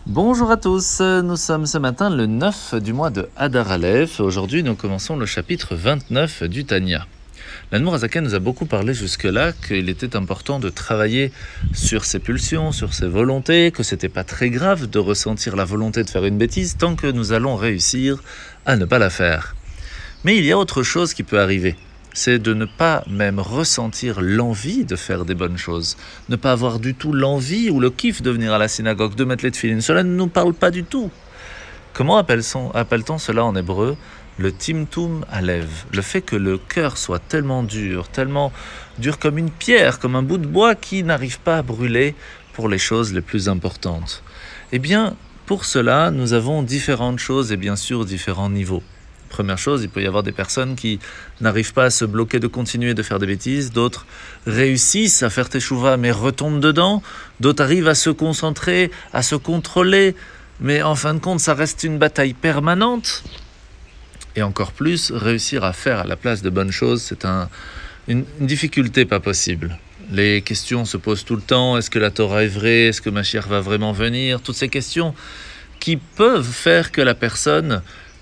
Bonjour à tous, nous sommes ce matin le 9 du mois de Hadar Aleph. Aujourd'hui, nous commençons le chapitre 29 du Tanya. L'Admour Hazaken nous a beaucoup parlé jusque-là qu'il était important de travailler sur ses pulsions, sur ses volontés, que c'était pas très grave de ressentir la volonté de faire une bêtise tant que nous allons réussir à ne pas la faire. Mais il y a autre chose qui peut arriver. C'est de ne pas même ressentir l'envie de faire des bonnes choses, ne pas avoir du tout l'envie ou le kiff de venir à la synagogue, de mettre les tefilines. Cela ne nous parle pas du tout. Comment appelle-t-on cela en hébreu? Le timtum alev, le fait que le cœur soit tellement dur comme une pierre, comme un bout de bois qui n'arrive pas à brûler pour les choses les plus importantes. Eh bien, pour cela, nous avons différentes choses et bien sûr différents niveaux. Première chose, il peut y avoir des personnes qui n'arrivent pas à se bloquer de continuer de faire des bêtises, d'autres réussissent à faire teshuva mais retombent dedans, d'autres arrivent à se concentrer, à se contrôler, mais en fin de compte ça reste une bataille permanente. Et encore plus, réussir à faire à la place de bonnes choses, c'est une difficulté pas possible. Les questions se posent tout le temps, est-ce que la Torah est vraie, est-ce que Mashiach va vraiment venir, toutes ces questions qui peuvent faire que la personne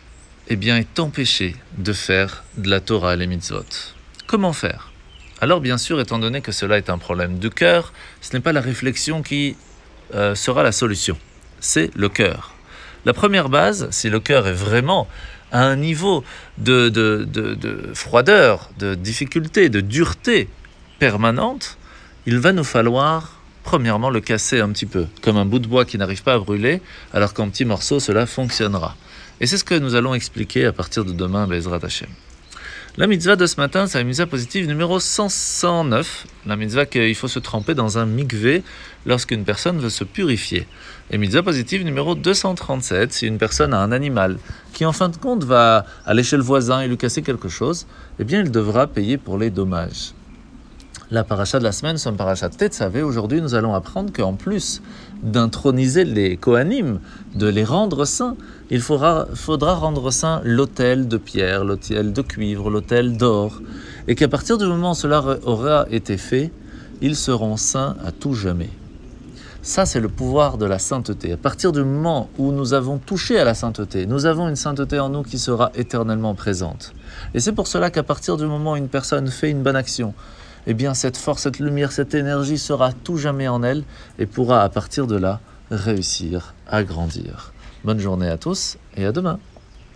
est empêché de faire de la Torah et les mitzvot. Comment faire? Alors bien sûr, étant donné que cela est un problème du cœur, ce n'est pas la réflexion qui sera la solution, c'est le cœur. La première base, si le cœur est vraiment à un niveau de froideur, de difficulté, de dureté permanente, il va nous falloir premièrement le casser un petit peu, comme un bout de bois qui n'arrive pas à brûler, alors qu'en petits morceaux cela fonctionnera. Et c'est ce que nous allons expliquer à partir de demain, Be'ezrat Hashem. La mitzvah de ce matin, c'est la mitzvah positive numéro 109. La mitzvah qu'il faut se tremper dans un mikvé lorsqu'une personne veut se purifier. Et mitzvah positive numéro 237, si une personne a un animal qui en fin de compte va aller chez le voisin et lui casser quelque chose, eh bien il devra payer pour les dommages. La paracha de la semaine, c'est une paracha Tetzavé. Aujourd'hui, nous allons apprendre qu'en plus d'introniser les Kohanim, de les rendre saints, il faudra rendre saint l'autel de pierre, l'autel de cuivre, l'autel d'or, et qu'à partir du moment où cela aura été fait, ils seront saints à tout jamais. Ça, c'est le pouvoir de la sainteté. À partir du moment où nous avons touché à la sainteté, nous avons une sainteté en nous qui sera éternellement présente. Et c'est pour cela qu'à partir du moment où une personne fait une bonne action, eh bien cette force, cette lumière, cette énergie sera tout jamais en elle et pourra à partir de là réussir à grandir. Bonne journée à tous et à demain.